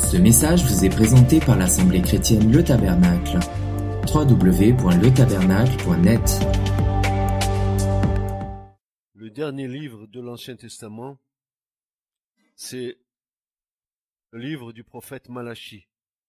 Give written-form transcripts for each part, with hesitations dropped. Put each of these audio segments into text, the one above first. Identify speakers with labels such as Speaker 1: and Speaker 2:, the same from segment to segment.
Speaker 1: Ce message vous est présenté par l'Assemblée chrétienne Le Tabernacle. www.letabernacle.net.
Speaker 2: Le dernier livre de l'Ancien Testament, c'est le livre du prophète Malachie.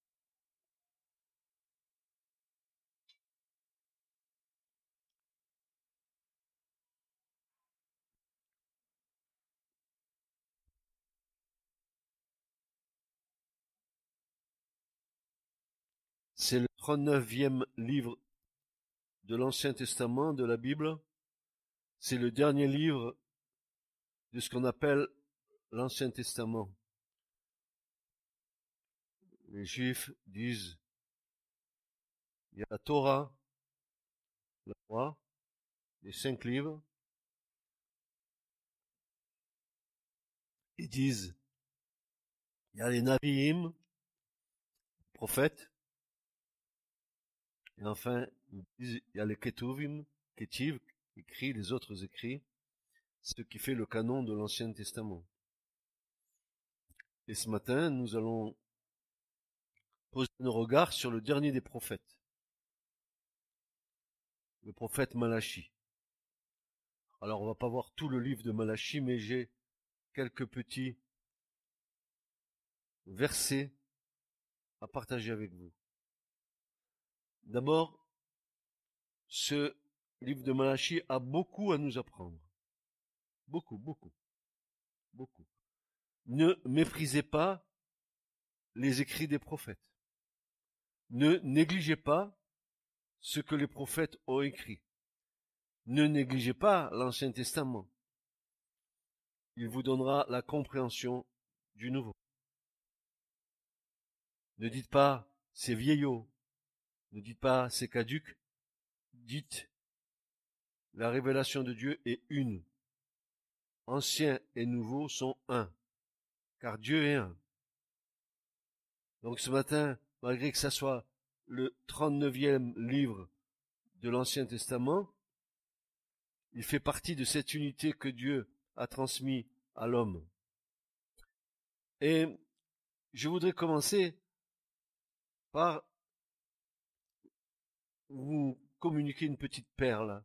Speaker 2: C'est le 39e livre de l'Ancien Testament de la Bible. C'est le dernier livre de ce qu'on appelle l'Ancien Testament. Les Juifs disent, il y a la Torah, la loi, les 5 livres. Ils disent, il y a les Naviim, les prophètes. Et enfin, ils disent, il y a les Ketuvim, Ketiv, écrits, les autres écrits, ce qui fait le canon de l'Ancien Testament. Et ce matin, nous allons poser nos regards sur le dernier des prophètes, le prophète Malachie. Alors, on va pas voir tout le livre de Malachie, mais j'ai quelques petits versets à partager avec vous. D'abord, ce livre de Malachie a beaucoup à nous apprendre. Beaucoup, beaucoup, beaucoup. Ne méprisez pas les écrits des prophètes. Ne négligez pas ce que les prophètes ont écrit. Ne négligez pas l'Ancien Testament. Il vous donnera la compréhension du Nouveau. Ne dites pas c'est vieillot. Ne dites pas c'est caduc. Dites la révélation de Dieu est une. Ancien et nouveau sont un. Car Dieu est un. Donc ce matin, malgré que ça soit le 39e livre de l'Ancien Testament, il fait partie de cette unité que Dieu a transmise à l'homme. Et je voudrais commencer par vous communiquer une petite perle.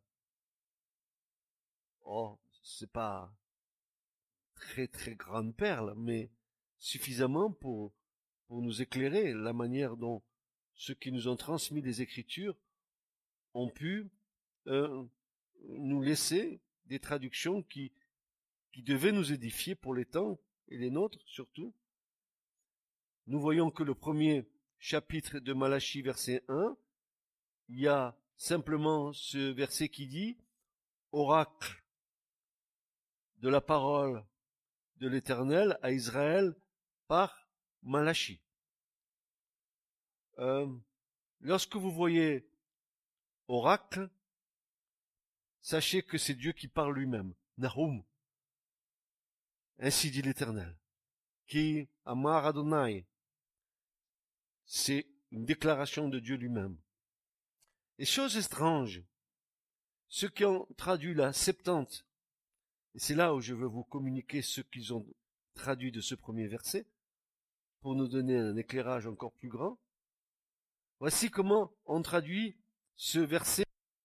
Speaker 2: Oh, c'est pas très très grande perle, mais suffisamment pour nous éclairer la manière dont ceux qui nous ont transmis les Écritures ont pu nous laisser des traductions qui devaient nous édifier pour les temps et les nôtres surtout. Nous voyons que le premier chapitre de Malachie, verset 1, il y a simplement ce verset qui dit « Oracle de la parole de l'Éternel à Israël par Malachie ». Lorsque vous voyez oracle, sachez que c'est Dieu qui parle lui-même. Nahum. Ainsi dit l'Éternel. Qui amar Adonai. C'est une déclaration de Dieu lui-même. Et chose étrange, ceux qui ont traduit la Septante, et c'est là où je veux vous communiquer ce qu'ils ont traduit de ce premier verset, pour nous donner un éclairage encore plus grand. Voici comment on traduit ce verset.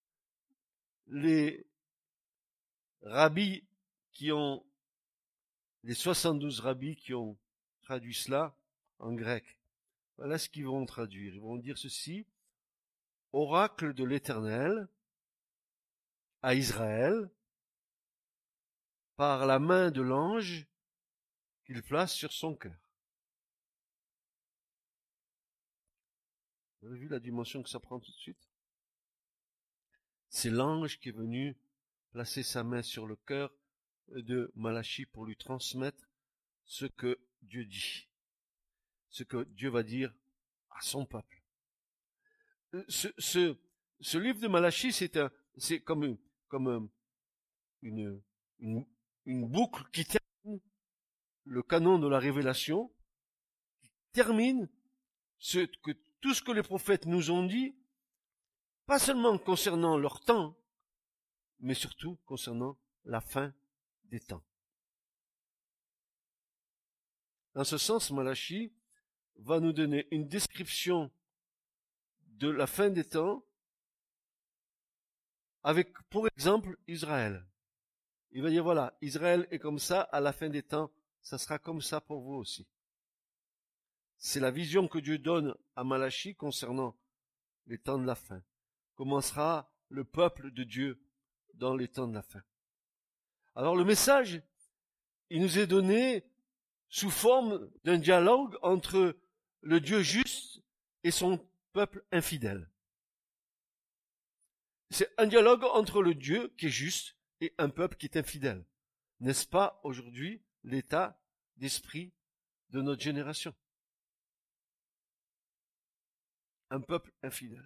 Speaker 2: Les rabbis les 72 rabbis qui ont traduit cela en grec, voilà ce qu'ils vont traduire. Ils vont dire ceci: oracle de l'Éternel à Israël par la main de l'ange qu'il place sur son cœur. Vous avez vu la dimension que ça prend tout de suite? C'est l'ange qui est venu placer sa main sur le cœur de Malachie pour lui transmettre ce que Dieu dit, ce que Dieu va dire à son peuple. Ce livre de Malachie, c'est comme une boucle qui termine le canon de la révélation, qui termine tout ce que les prophètes nous ont dit, pas seulement concernant leur temps, mais surtout concernant la fin des temps. Dans ce sens, Malachie va nous donner une description de la fin des temps avec, pour exemple, Israël. Il va dire, voilà, Israël est comme ça, à la fin des temps, ça sera comme ça pour vous aussi. C'est la vision que Dieu donne à Malachie concernant les temps de la fin. Comment sera le peuple de Dieu dans les temps de la fin. Alors le message, il nous est donné sous forme d'un dialogue entre le Dieu juste et son peuple infidèle. C'est un dialogue entre le Dieu qui est juste et un peuple qui est infidèle. N'est-ce pas aujourd'hui l'état d'esprit de notre génération? Un peuple infidèle.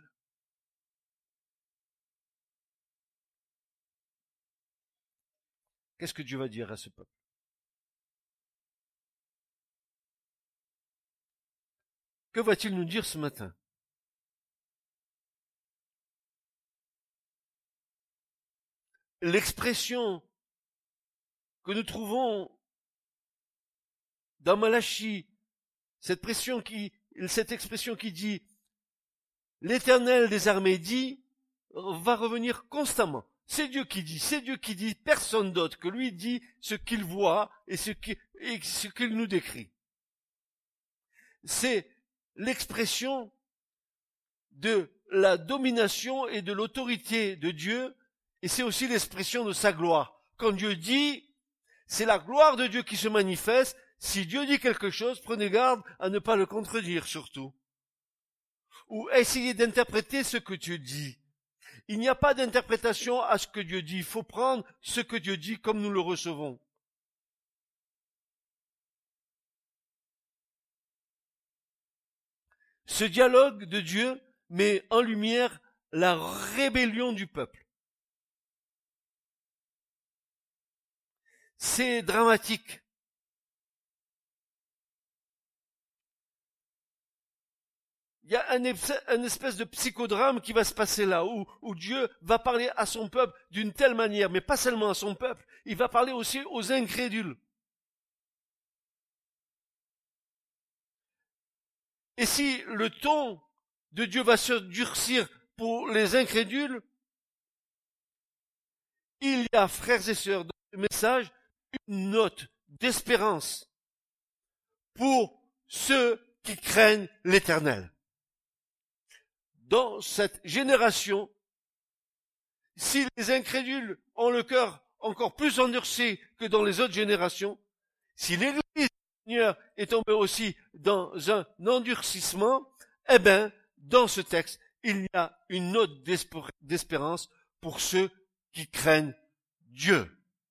Speaker 2: Qu'est-ce que Dieu va dire à ce peuple? Que va-t-il nous dire ce matin? L'expression que nous trouvons dans Malachie, cette expression qui dit l'Éternel des armées dit, va revenir constamment. C'est Dieu qui dit, personne d'autre que lui dit ce qu'il voit et ce qu'il nous décrit. C'est l'expression de la domination et de l'autorité de Dieu, et c'est aussi l'expression de sa gloire. Quand Dieu dit, c'est la gloire de Dieu qui se manifeste. Si Dieu dit quelque chose, prenez garde à ne pas le contredire surtout. Ou essayez d'interpréter ce que Dieu dit. Il n'y a pas d'interprétation à ce que Dieu dit. Il faut prendre ce que Dieu dit comme nous le recevons. Ce dialogue de Dieu met en lumière la rébellion du peuple. C'est dramatique. Il y a un espèce de psychodrame qui va se passer là, où Dieu va parler à son peuple d'une telle manière, mais pas seulement à son peuple, il va parler aussi aux incrédules. Et si le ton de Dieu va se durcir pour les incrédules, il y a, frères et sœurs, dans ce message, une note d'espérance pour ceux qui craignent l'Éternel. Dans cette génération, si les incrédules ont le cœur encore plus endurci que dans les autres générations, si l'Église du Seigneur est tombée aussi dans un endurcissement, eh bien, dans ce texte, il y a une note d'espérance pour ceux qui craignent Dieu.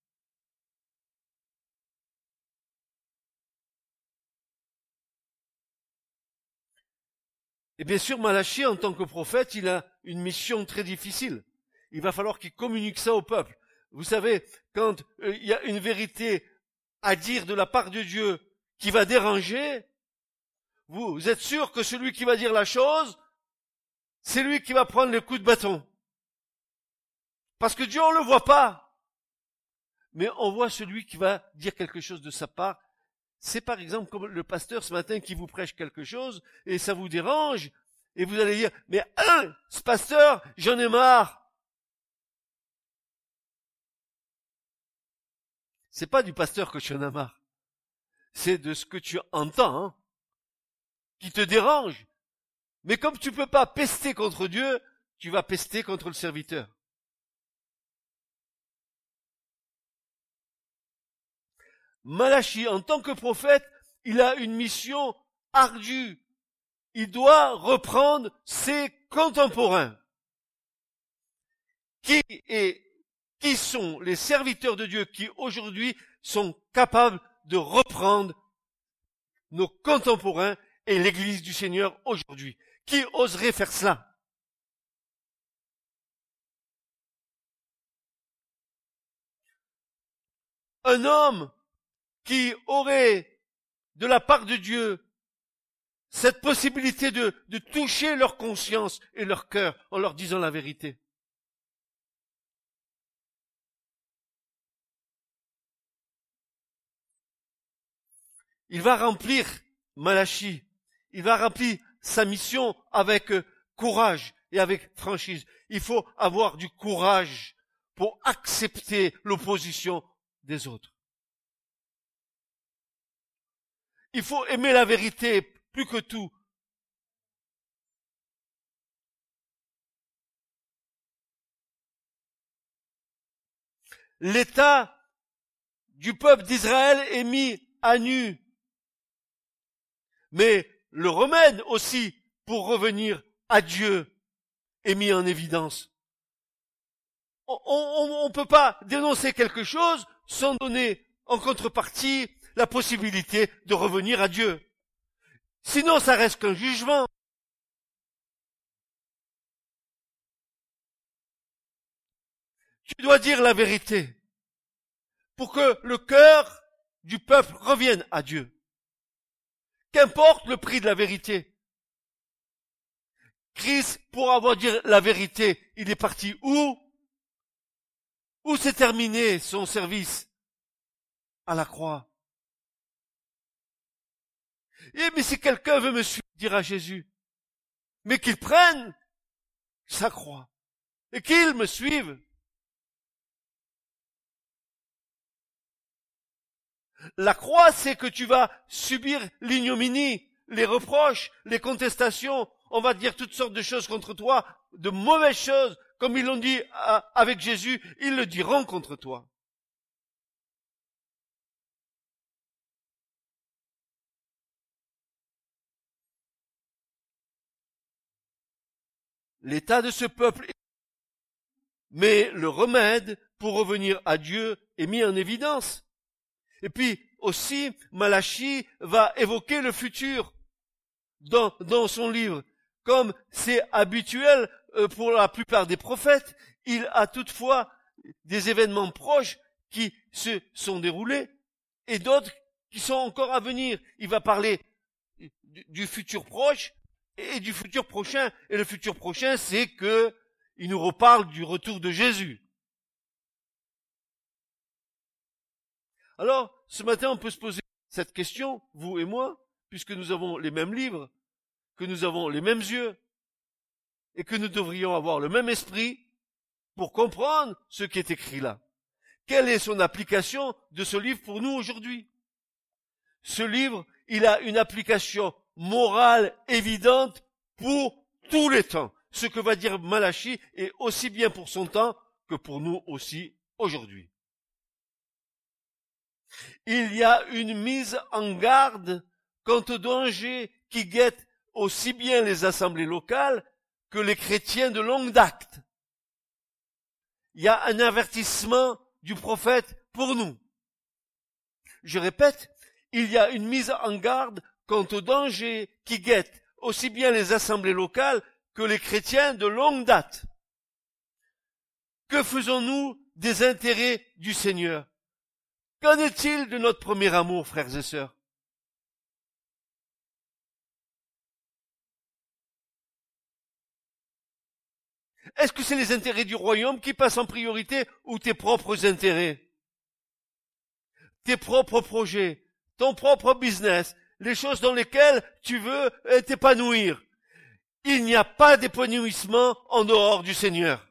Speaker 2: Et bien sûr, Malachie, en tant que prophète, il a une mission très difficile. Il va falloir qu'il communique ça au peuple. Vous savez, quand il y a une vérité à dire de la part de Dieu qui va déranger, vous êtes sûr que celui qui va dire la chose, c'est lui qui va prendre les coups de bâton. Parce que Dieu, on ne le voit pas. Mais on voit celui qui va dire quelque chose de sa part. C'est par exemple comme le pasteur ce matin qui vous prêche quelque chose et ça vous dérange et vous allez dire, mais ce pasteur, j'en ai marre. C'est pas du pasteur que tu en as marre. C'est de ce que tu entends, hein, qui te dérange. Mais comme tu peux pas pester contre Dieu, tu vas pester contre le serviteur. Malachie, en tant que prophète, il a une mission ardue. Il doit reprendre ses contemporains. Qui sont les serviteurs de Dieu qui aujourd'hui sont capables de reprendre nos contemporains et l'Église du Seigneur aujourd'hui? Qui oserait faire cela? Un homme qui aurait de la part de Dieu cette possibilité de toucher leur conscience et leur cœur en leur disant la vérité. Il va remplir Malachie. il va remplir sa mission avec courage et avec franchise. Il faut avoir du courage pour accepter l'opposition des autres. Il faut aimer la vérité plus que tout. L'état du peuple d'Israël est mis à nu. Mais le remède aussi pour revenir à Dieu est mis en évidence. On ne peut pas dénoncer quelque chose sans donner en contrepartie la possibilité de revenir à Dieu. Sinon, ça reste qu'un jugement. Tu dois dire la vérité pour que le cœur du peuple revienne à Dieu. Qu'importe le prix de la vérité. Christ, pour avoir dit la vérité, il est parti où? Où s'est terminé son service? À la croix. Et mais si quelqu'un veut me suivre, dira Jésus, mais qu'il prenne sa croix et qu'il me suive. La croix, c'est que tu vas subir l'ignominie, les reproches, les contestations. On va dire toutes sortes de choses contre toi, de mauvaises choses. Comme ils l'ont dit avec Jésus, ils le diront contre toi. L'état de ce peuple, mais le remède pour revenir à Dieu est mis en évidence. Et puis aussi, Malachie va évoquer le futur dans son livre. Comme c'est habituel pour la plupart des prophètes, il a toutefois des événements proches qui se sont déroulés et d'autres qui sont encore à venir. Il va parler du futur proche et du futur prochain. Et le futur prochain, c'est que il nous reparle du retour de Jésus. Alors, ce matin, on peut se poser cette question, vous et moi, puisque nous avons les mêmes livres, que nous avons les mêmes yeux, et que nous devrions avoir le même esprit pour comprendre ce qui est écrit là. Quelle est son application de ce livre pour nous aujourd'hui? Ce livre, il a une application morale évidente pour tous les temps. Ce que va dire Malachie est aussi bien pour son temps que pour nous aussi aujourd'hui. Il y a une mise en garde quant au danger qui guette aussi bien les assemblées locales que les chrétiens de longue date. Il y a un avertissement du prophète pour nous. Je répète, il y a une mise en garde quant au danger qui guette aussi bien les assemblées locales que les chrétiens de longue date. Que faisons-nous des intérêts du Seigneur? Qu'en est-il de notre premier amour, frères et sœurs? Est-ce que c'est les intérêts du royaume qui passent en priorité ou tes propres intérêts? Tes propres projets, ton propre business, les choses dans lesquelles tu veux t'épanouir. Il n'y a pas d'épanouissement en dehors du Seigneur.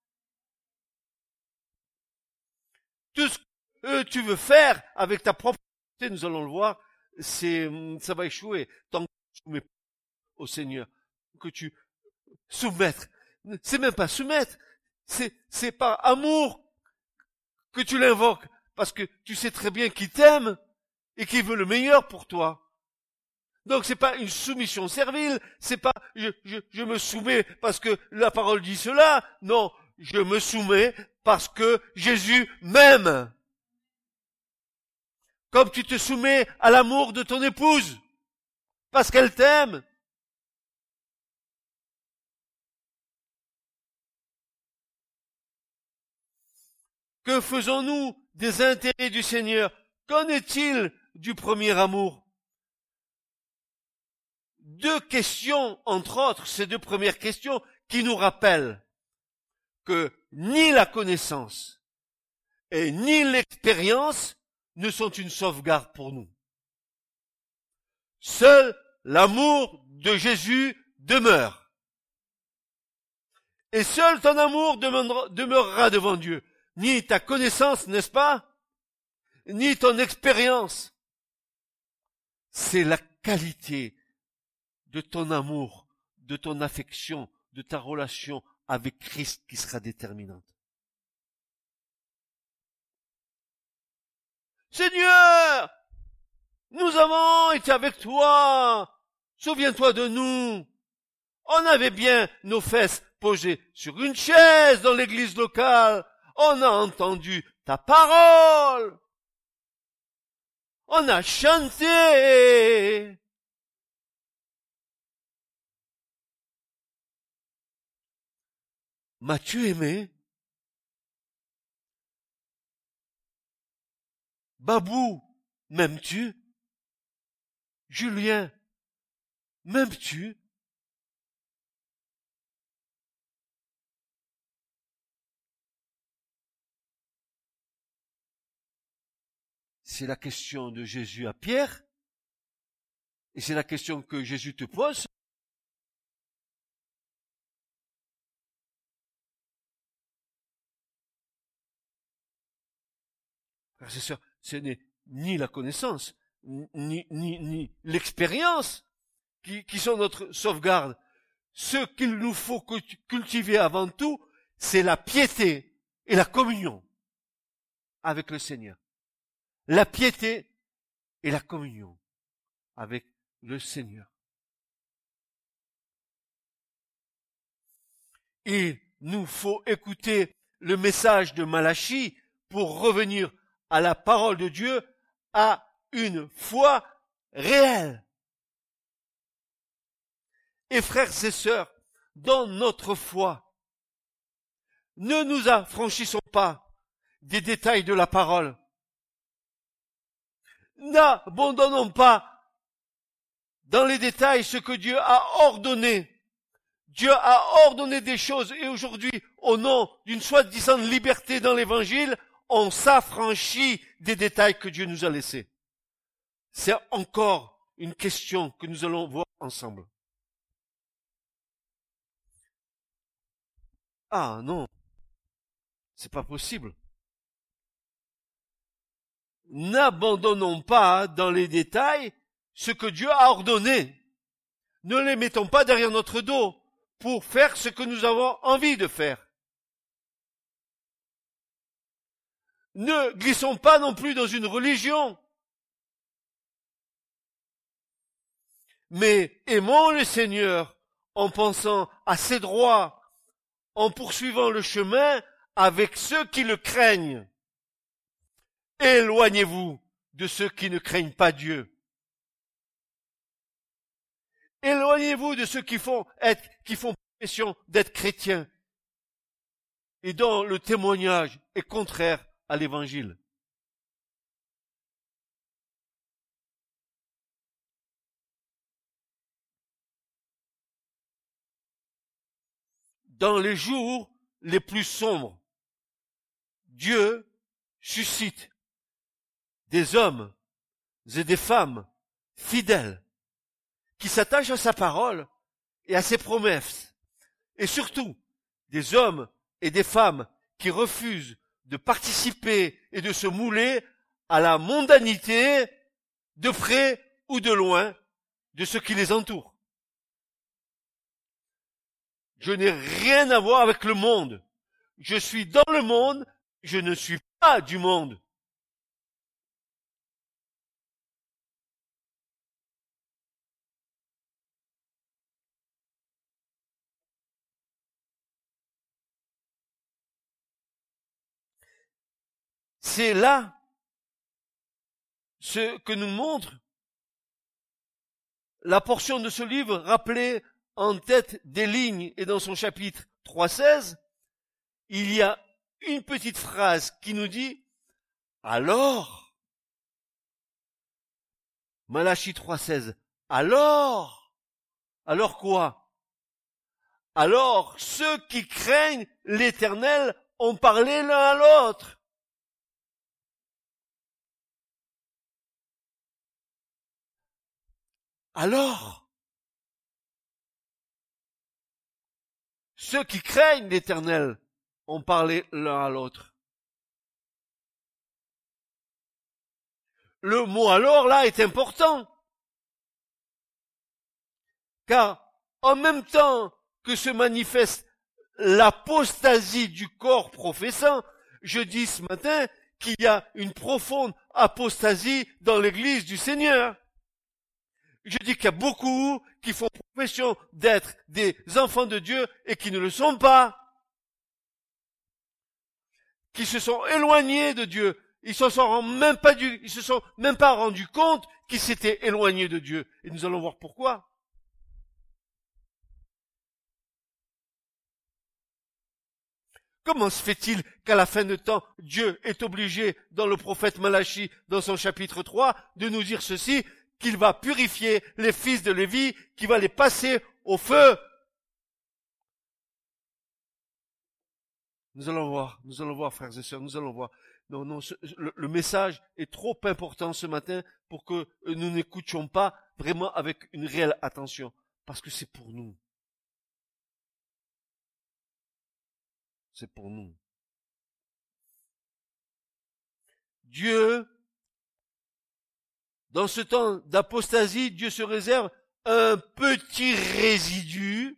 Speaker 2: Tout ce que tu veux faire avec ta propre volonté, nous allons le voir, ça va échouer tant que tu ne soumets au Seigneur, que tu soumettes. C'est même pas soumettre, c'est par amour que tu l'invoques, parce que tu sais très bien qu'il t'aime et qu'il veut le meilleur pour toi. Donc c'est pas une soumission servile, c'est pas je me soumets parce que la parole dit cela, non, je me soumets parce que Jésus m'aime. Comme tu te soumets à l'amour de ton épouse, parce qu'elle t'aime. Que faisons-nous des intérêts du Seigneur? Qu'en est-il du premier amour? Deux questions, entre autres, ces deux premières questions, qui nous rappellent que ni la connaissance et ni l'expérience ne sont une sauvegarde pour nous. Seule l'amour de Jésus demeure. Et seul ton amour demeurera devant Dieu. Ni ta connaissance, n'est-ce pas? Ni ton expérience. C'est la qualité de ton amour, de ton affection, de ta relation avec Christ qui sera déterminante. Seigneur, nous avons été avec toi. Souviens-toi de nous. On avait bien nos fesses posées sur une chaise dans l'église locale. On a entendu ta parole. On a chanté. M'as-tu aimé? Babou, m'aimes-tu? Julien, m'aimes-tu? C'est la question de Jésus à Pierre, et c'est la question que Jésus te pose. Frères et sœurs, ce n'est ni la connaissance, ni l'expérience qui sont notre sauvegarde. Ce qu'il nous faut cultiver avant tout, c'est la piété et la communion avec le Seigneur. La piété et la communion avec le Seigneur. Il nous faut écouter le message de Malachie pour revenir à la parole de Dieu, à une foi réelle. Et frères et sœurs, dans notre foi, ne nous affranchissons pas des détails de la parole. N'abandonnons pas dans les détails ce que Dieu a ordonné. Dieu a ordonné des choses et aujourd'hui, au nom d'une soi-disant liberté dans l'évangile, on s'affranchit des détails que Dieu nous a laissés. C'est encore une question que nous allons voir ensemble. Ah non, c'est pas possible. N'abandonnons pas dans les détails ce que Dieu a ordonné. Ne les mettons pas derrière notre dos pour faire ce que nous avons envie de faire. Ne glissons pas non plus dans une religion. Mais aimons le Seigneur en pensant à ses droits, en poursuivant le chemin avec ceux qui le craignent. Éloignez-vous de ceux qui ne craignent pas Dieu. Éloignez-vous de ceux qui font profession d'être chrétiens et dont le témoignage est contraire à l'évangile. Dans les jours les plus sombres, Dieu suscite des hommes et des femmes fidèles qui s'attachent à sa parole et à ses promesses, et surtout des hommes et des femmes qui refusent de participer et de se mouler à la mondanité de près ou de loin de ce qui les entoure. Je n'ai rien à voir avec le monde. Je suis dans le monde, je ne suis pas du monde. C'est là ce que nous montre la portion de ce livre rappelée en tête des lignes et dans son chapitre 3,16, il y a une petite phrase qui nous dit « Alors » Malachie 3,16 « Alors » Alors quoi? Alors ceux qui craignent l'Éternel ont parlé l'un à l'autre. alors, ceux qui craignent l'Éternel ont parlé l'un à l'autre. Le mot alors là est important. Car en même temps que se manifeste l'apostasie du corps professant, je dis ce matin qu'il y a une profonde apostasie dans l'Église du Seigneur. Je dis qu'il y a beaucoup qui font profession d'être des enfants de Dieu et qui ne le sont pas. Qui se sont éloignés de Dieu. Ils se sont même pas rendus compte qu'ils s'étaient éloignés de Dieu. Et nous allons voir pourquoi. Comment se fait-il qu'à la fin de temps, Dieu est obligé, dans le prophète Malachie, dans son chapitre 3, de nous dire ceci, qu'il va purifier les fils de Lévi, qu'il va les passer au feu. Nous allons voir, frères et sœurs, nous allons voir. Non, le message est trop important ce matin pour que nous n'écoutions pas vraiment avec une réelle attention, parce que c'est pour nous. C'est pour nous. Dieu, dans ce temps d'apostasie, Dieu se réserve un petit résidu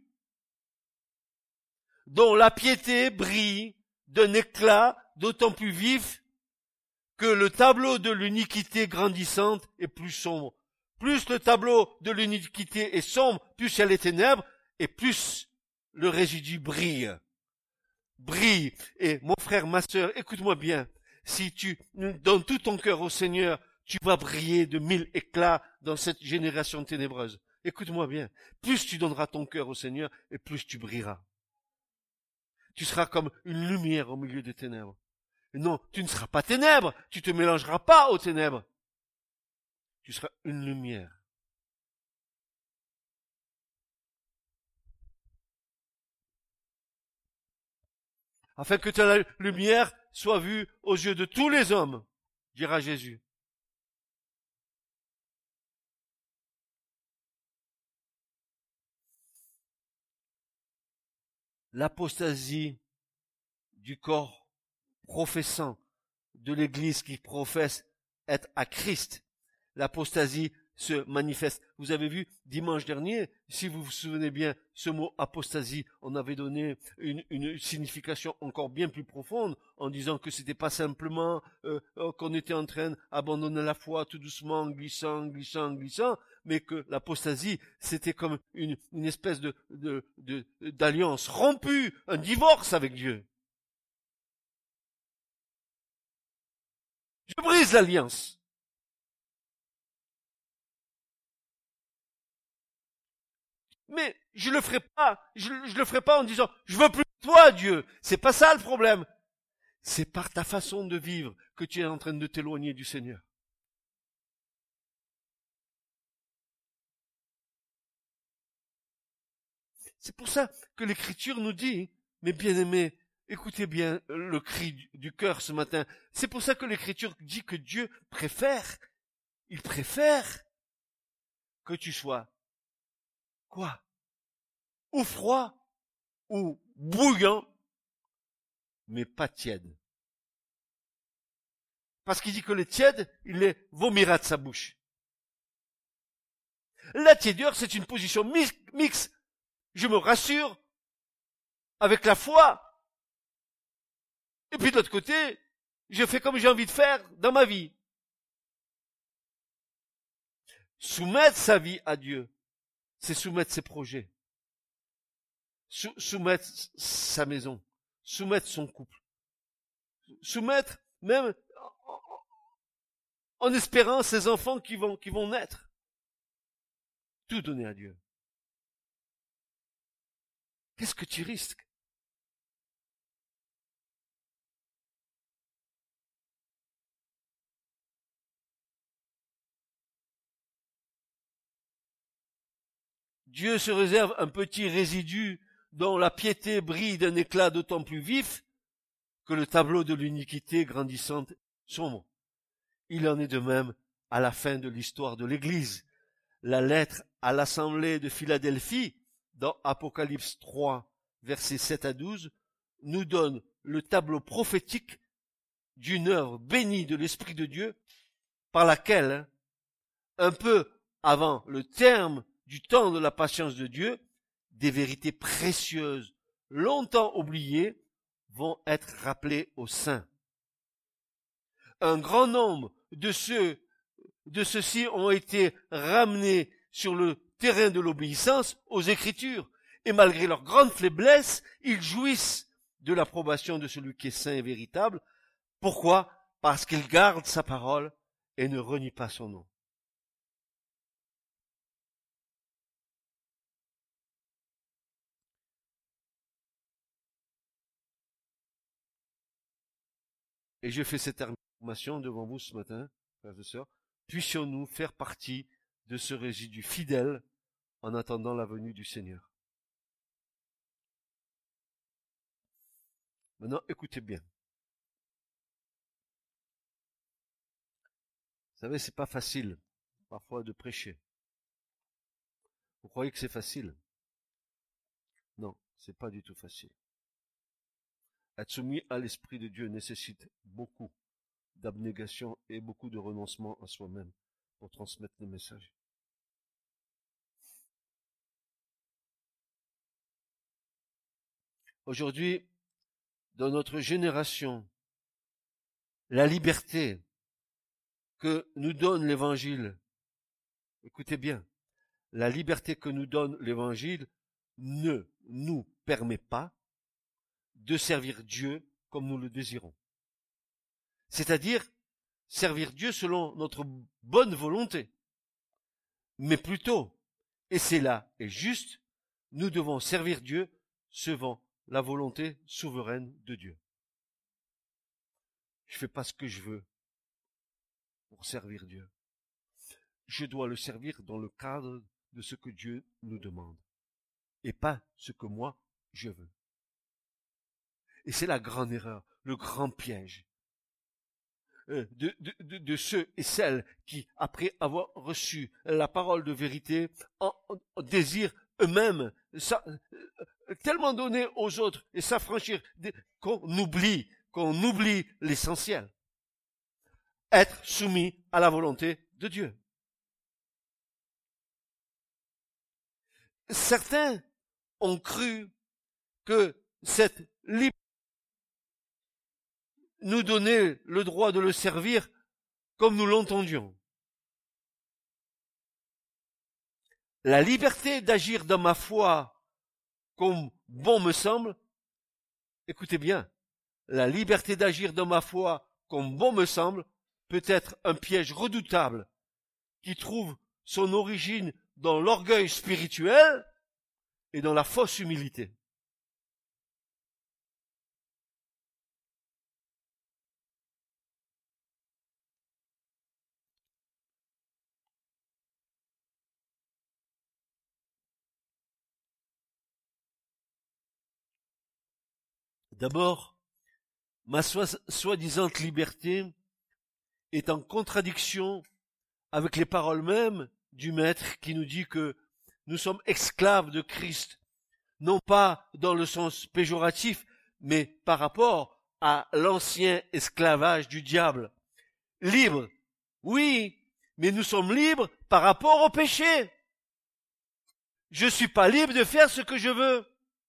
Speaker 2: dont la piété brille d'un éclat d'autant plus vif que le tableau de l'iniquité grandissante est plus sombre. Plus le tableau de l'iniquité est sombre, plus il y a les ténèbres, et plus le résidu brille. Brille. Et mon frère, ma sœur, écoute-moi bien. Si tu donnes tout ton cœur au Seigneur, tu vas briller de 1000 éclats dans cette génération ténébreuse. Écoute-moi bien. Plus tu donneras ton cœur au Seigneur, et plus tu brilleras. Tu seras comme une lumière au milieu des ténèbres. Et non, tu ne seras pas ténèbres. Tu te mélangeras pas aux ténèbres. Tu seras une lumière. Afin que ta lumière soit vue aux yeux de tous les hommes, dira Jésus. L'apostasie du corps professant de l'Église qui professe être à Christ. L'apostasie se manifeste. Vous avez vu dimanche dernier, si vous vous souvenez bien, ce mot apostasie, on avait donné une signification encore bien plus profonde en disant que c'était pas simplement qu'on était en train d'abandonner la foi tout doucement, glissant, mais que l'apostasie, c'était comme une espèce d'alliance rompue, un divorce avec Dieu. Je brise l'alliance. Mais je le ferai pas en disant je veux plus de toi, Dieu. C'est pas ça le problème. C'est par ta façon de vivre que tu es en train de t'éloigner du Seigneur. C'est pour ça que l'Écriture nous dit, mes bien-aimés, écoutez bien le cri du cœur ce matin. C'est pour ça que l'Écriture dit que Dieu il préfère que tu sois quoi? Ou froid, ou bouillant, mais pas tiède. Parce qu'il dit que les tièdes, il les vomira de sa bouche. La tiédeur, c'est une position mixte. Je me rassure avec la foi. Et puis de l'autre côté, je fais comme j'ai envie de faire dans ma vie. Soumettre sa vie à Dieu, c'est soumettre ses projets. Soumettre sa maison. Soumettre son couple. Soumettre même en espérant ses enfants qui vont naître. Tout donner à Dieu. Qu'est-ce que tu risques? Dieu se réserve un petit résidu dont la piété brille d'un éclat d'autant plus vif que le tableau de l'iniquité grandissante sombre. Il en est de même à la fin de l'histoire de l'Église. la lettre à l'assemblée de Philadelphie, dans Apocalypse 3, versets 7 à 12, nous donne le tableau prophétique d'une œuvre bénie de l'Esprit de Dieu, par laquelle, un peu avant le terme du temps de la patience de Dieu, des vérités précieuses, longtemps oubliées, vont être rappelées aux saints. Un grand nombre de ceux-ci ont été ramenés sur le terrain de l'obéissance aux Écritures, et malgré leur grande faiblesse, ils jouissent de l'approbation de celui qui est saint et véritable. Pourquoi? Parce qu'ils gardent sa parole et ne renient pas son nom. Et je fais cette affirmation devant vous ce matin, frères et sœurs. Puissions-nous faire partie de ce résidu fidèle en attendant la venue du Seigneur. Maintenant, écoutez bien. Vous savez, c'est pas facile, parfois, de prêcher. Vous croyez que c'est facile? Non, c'est pas du tout facile. Être soumis à l'Esprit de Dieu nécessite beaucoup d'abnégation et beaucoup de renoncement à soi-même pour transmettre le message. Aujourd'hui, dans notre génération, la liberté que nous donne l'Évangile, écoutez bien, la liberté que nous donne l'Évangile ne nous permet pas de servir Dieu comme nous le désirons. C'est-à-dire servir Dieu selon notre bonne volonté. Mais plutôt, et c'est là est juste, nous devons servir Dieu selon la volonté souveraine de Dieu. Je fais pas ce que je veux pour servir Dieu. Je dois le servir dans le cadre de ce que Dieu nous demande, et pas ce que moi je veux. Et c'est la grande erreur, le grand piège de ceux et celles qui, après avoir reçu la parole de vérité, en désirent eux-mêmes tellement donner aux autres et s'affranchir qu'on oublie l'essentiel. Être soumis à la volonté de Dieu. Certains ont cru que cette liberté nous donnait le droit de le servir comme nous l'entendions. La liberté d'agir dans ma foi comme bon me semble, écoutez bien, la liberté d'agir dans ma foi comme bon me semble peut être un piège redoutable qui trouve son origine dans l'orgueil spirituel et dans la fausse humilité. D'abord, ma soi-disant liberté est en contradiction avec les paroles mêmes du Maître qui nous dit que nous sommes esclaves de Christ, non pas dans le sens péjoratif, mais par rapport à l'ancien esclavage du diable. Libres, oui, mais nous sommes libres par rapport au péché. Je suis pas libre de faire ce que je veux.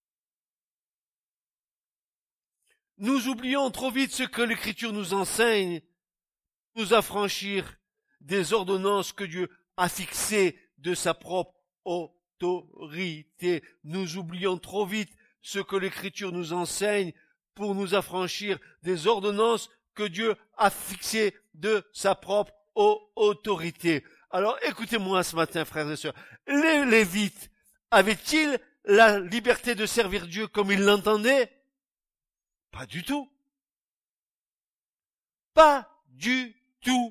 Speaker 2: Nous oublions trop vite ce que l'Écriture nous enseigne, nous affranchir des ordonnances que Dieu a fixées de sa propre autorité. Nous oublions trop vite ce que l'Écriture nous enseigne pour nous affranchir des ordonnances que Dieu a fixées de sa propre autorité. Alors écoutez-moi ce matin, frères et sœurs. Les Lévites avaient-ils la liberté de servir Dieu comme ils l'entendaient? Pas du tout. Pas du tout.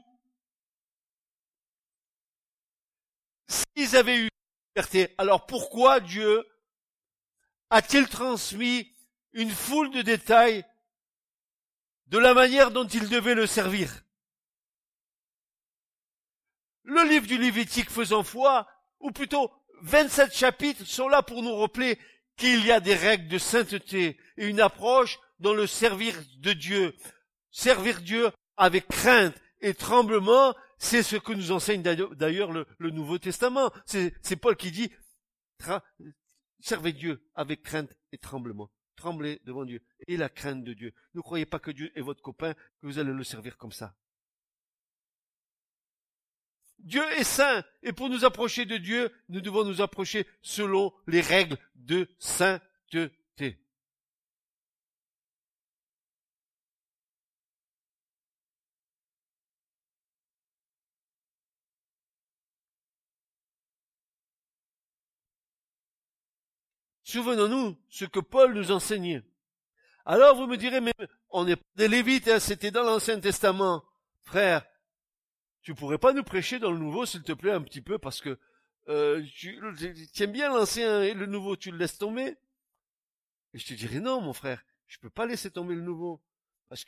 Speaker 2: S'ils avaient eu la liberté, alors pourquoi Dieu a-t-il transmis une foule de détails de la manière dont ils devaient le servir? Le livre du Lévitique faisant foi, ou plutôt 27 chapitres sont là pour nous rappeler qu'il y a des règles de sainteté et une approche dans le servir de Dieu. Servir Dieu avec crainte et tremblement, c'est ce que nous enseigne d'ailleurs le Nouveau Testament. C'est Paul qui dit, servez Dieu avec crainte et tremblement. Tremblez devant Dieu et la crainte de Dieu. Ne croyez pas que Dieu est votre copain, que vous allez le servir comme ça. Dieu est saint, et pour nous approcher de Dieu, nous devons nous approcher selon les règles de sainteté. Souvenons-nous ce que Paul nous enseignait. Alors vous me direz, mais on n'est pas des Lévites, hein, c'était dans l'Ancien Testament. Frère, tu pourrais pas nous prêcher dans le Nouveau, s'il te plaît, un petit peu, parce que tu aimes bien l'Ancien et le Nouveau, tu le laisses tomber? Et je te dirais, non, mon frère, je peux pas laisser tomber le Nouveau, parce que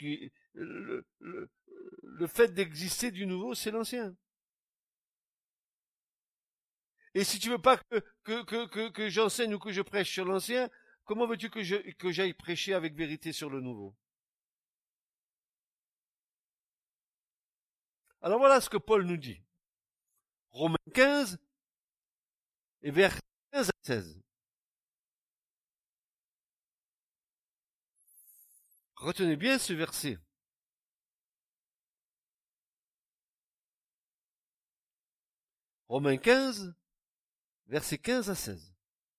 Speaker 2: le fait d'exister du Nouveau, c'est l'Ancien. Et si tu veux pas que j'enseigne ou que je prêche sur l'Ancien, comment veux-tu que j'aille prêcher avec vérité sur le Nouveau? Alors voilà ce que Paul nous dit. Romains 15 et versets 15 à 16. Retenez bien ce verset. Romains 15, versets 15 à 16.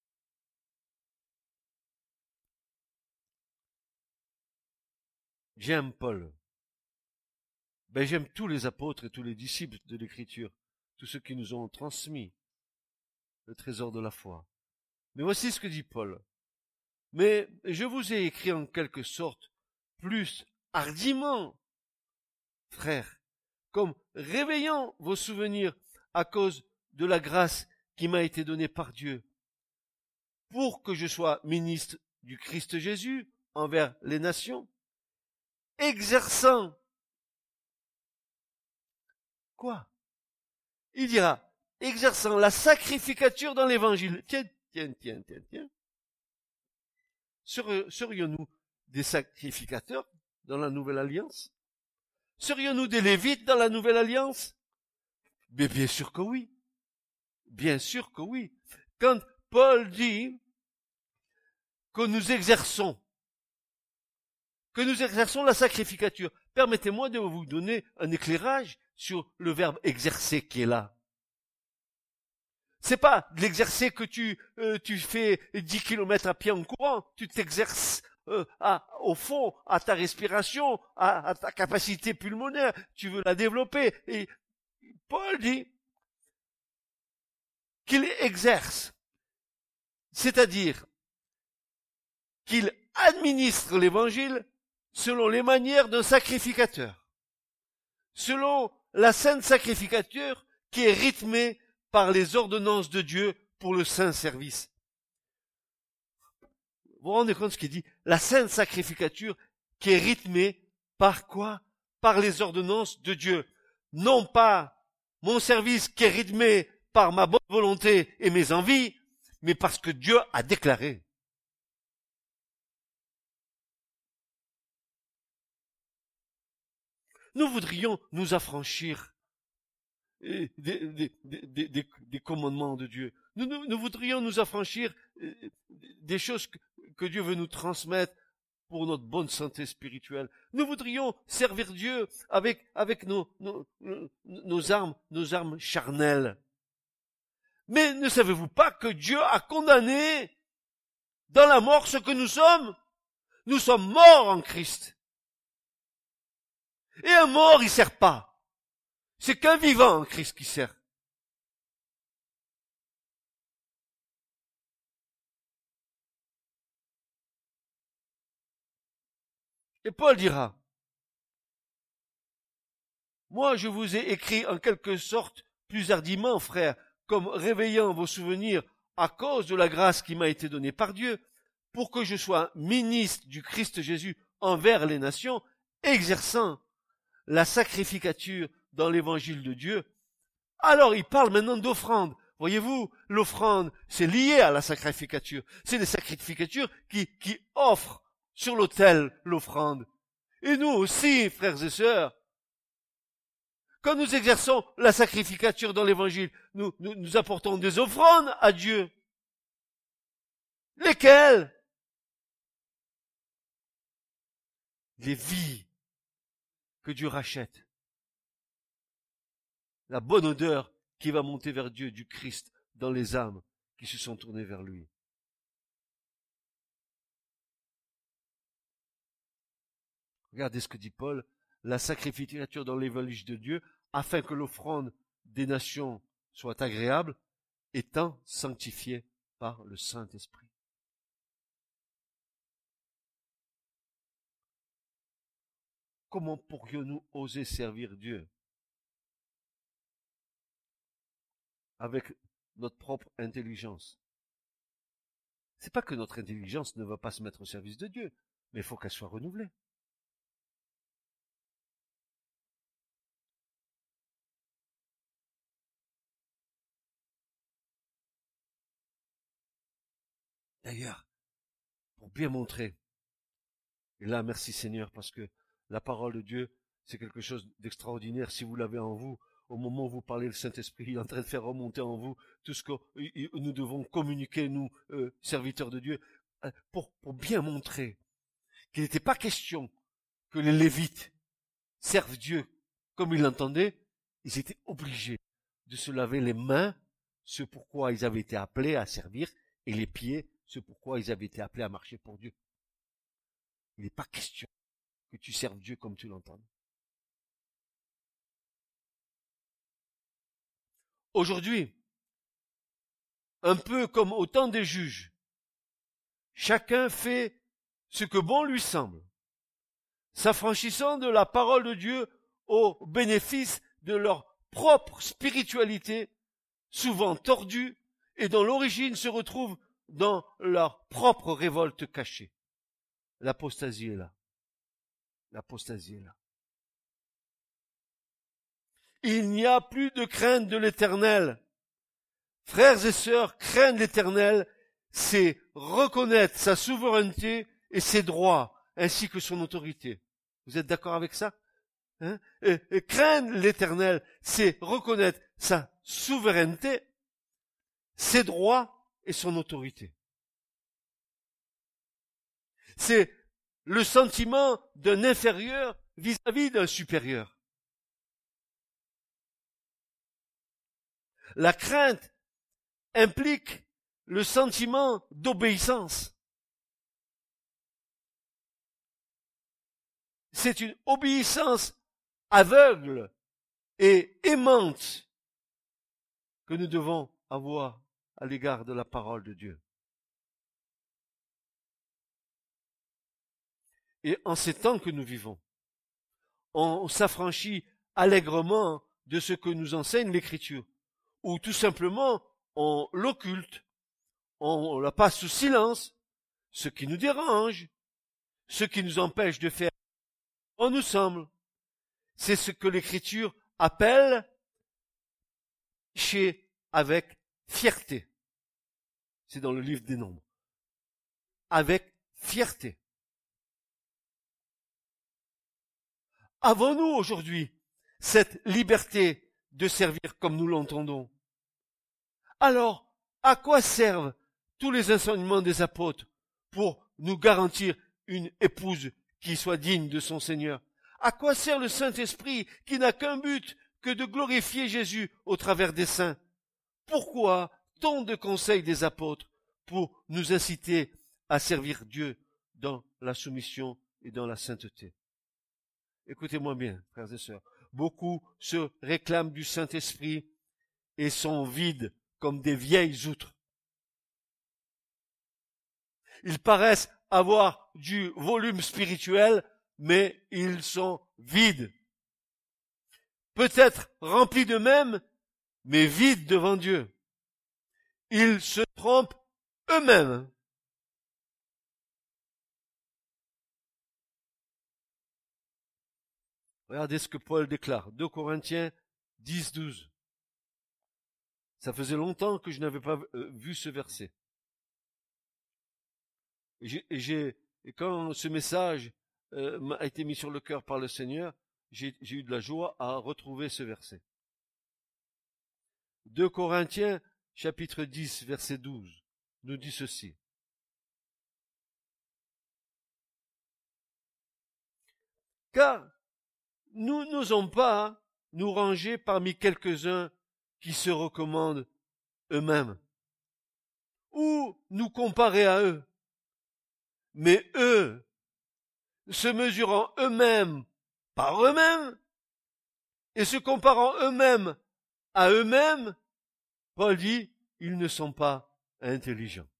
Speaker 2: J'aime Paul. J'aime tous les apôtres et tous les disciples de l'Écriture, tous ceux qui nous ont transmis le trésor de la foi. Mais voici ce que dit Paul. Mais je vous ai écrit en quelque sorte plus hardiment, frères, comme réveillant vos souvenirs à cause de la grâce qui m'a été donnée par Dieu, pour que je sois ministre du Christ Jésus envers les nations, exerçant quoi? Il dira, exerçant la sacrificature dans l'évangile. Tiens. Serions-nous des sacrificateurs dans la nouvelle alliance? Serions-nous des Lévites dans la nouvelle alliance? Mais bien sûr que oui. Bien sûr que oui. Quand Paul dit que nous exerçons la sacrificature, permettez-moi de vous donner un éclairage sur le verbe exercer qui est là. C'est pas de l'exercer que tu fais 10 kilomètres à pied en courant, tu t'exerces au fond, à ta respiration, à ta capacité pulmonaire, tu veux la développer. Et Paul dit qu'il exerce, c'est-à-dire qu'il administre l'évangile selon les manières d'un sacrificateur, selon la sainte sacrificature qui est rythmée par les ordonnances de Dieu pour le saint service. Vous vous rendez compte ce qu'il dit? La sainte sacrificature qui est rythmée par quoi? Par les ordonnances de Dieu. Non pas mon service qui est rythmé par ma bonne volonté et mes envies, mais parce que Dieu a déclaré. Nous voudrions nous affranchir des commandements de Dieu. Nous voudrions nous affranchir des choses que Dieu veut nous transmettre pour notre bonne santé spirituelle. Nous voudrions servir Dieu avec nos armes charnelles. Mais ne savez-vous pas que Dieu a condamné dans la mort ce que nous sommes? Nous sommes morts en Christ. Et un mort, il sert pas. C'est qu'un vivant en Christ qui sert. Et Paul dira, moi je vous ai écrit en quelque sorte plus hardiment, frères, comme réveillant vos souvenirs à cause de la grâce qui m'a été donnée par Dieu, pour que je sois ministre du Christ Jésus envers les nations, exerçant la sacrificature dans l'évangile de Dieu. Alors il parle maintenant d'offrande. Voyez-vous, l'offrande, c'est lié à la sacrificature. C'est les sacrificatures qui offrent sur l'autel l'offrande. Et nous aussi, frères et sœurs, quand nous exerçons la sacrificature dans l'évangile, nous apportons des offrandes à Dieu. Lesquelles? Les vies que Dieu rachète. La bonne odeur qui va monter vers Dieu du Christ dans les âmes qui se sont tournées vers lui. Regardez ce que dit Paul, la sacrificature dans l'évangile de Dieu, afin que l'offrande des nations soit agréable, étant sanctifiée par le Saint-Esprit. Comment pourrions-nous oser servir Dieu avec notre propre intelligence? C'est pas que notre intelligence ne va pas se mettre au service de Dieu, mais il faut qu'elle soit renouvelée. D'ailleurs, pour bien montrer, et là merci Seigneur, parce que la parole de Dieu, c'est quelque chose d'extraordinaire. Si vous l'avez en vous, au moment où vous parlez, le Saint-Esprit il est en train de faire remonter en vous tout ce que nous devons communiquer, nous, serviteurs de Dieu, pour bien montrer qu'il n'était pas question que les Lévites servent Dieu comme ils l'entendaient. Ils étaient obligés de se laver les mains, ce pourquoi ils avaient été appelés à servir, et les pieds, ce pourquoi ils avaient été appelés à marcher pour Dieu. Il n'est pas question que tu serves Dieu comme tu l'entends. Aujourd'hui, un peu comme au temps des juges, chacun fait ce que bon lui semble, s'affranchissant de la parole de Dieu au bénéfice de leur propre spiritualité, souvent tordue, et dont l'origine se retrouve dans leur propre révolte cachée. L'apostasie est là. L'apostasie est là. Il n'y a plus de crainte de l'Éternel. Frères et sœurs, craindre l'Éternel, c'est reconnaître sa souveraineté et ses droits, ainsi que son autorité. Vous êtes d'accord avec ça? Et craindre l'Éternel, c'est reconnaître sa souveraineté, ses droits et son autorité. C'est le sentiment d'un inférieur vis-à-vis d'un supérieur. La crainte implique le sentiment d'obéissance. C'est une obéissance aveugle et aimante que nous devons avoir à l'égard de la parole de Dieu. Et en ces temps que nous vivons, on s'affranchit allègrement de ce que nous enseigne l'Écriture, ou tout simplement on l'occulte, on la passe sous silence, ce qui nous dérange, ce qui nous empêche de faire ce qu'on nous semble. C'est ce que l'Écriture appelle pécher avec fierté. C'est dans le livre des Nombres. Avec fierté. Avons-nous aujourd'hui cette liberté de servir comme nous l'entendons? Alors, à quoi servent tous les enseignements des apôtres pour nous garantir une épouse qui soit digne de son Seigneur? À quoi sert le Saint-Esprit qui n'a qu'un but que de glorifier Jésus au travers des saints? Pourquoi tant de conseils des apôtres pour nous inciter à servir Dieu dans la soumission et dans la sainteté? Écoutez-moi bien, frères et sœurs. Beaucoup se réclament du Saint-Esprit et sont vides comme des vieilles outres. Ils paraissent avoir du volume spirituel, mais ils sont vides. Peut-être remplis d'eux-mêmes, mais vides devant Dieu. Ils se trompent eux-mêmes. Regardez ce que Paul déclare. 2 Corinthiens 10, 12. Ça faisait longtemps que je n'avais pas vu ce verset. Et quand ce message m'a été mis sur le cœur par le Seigneur, j'ai eu de la joie à retrouver ce verset. 2 Corinthiens, chapitre 10, verset 12, nous dit ceci. Car nous n'osons pas nous ranger parmi quelques-uns qui se recommandent eux-mêmes, ou nous comparer à eux. Mais eux, se mesurant eux-mêmes par eux-mêmes, et se comparant eux-mêmes à eux-mêmes, Paul dit, ils ne sont pas intelligents.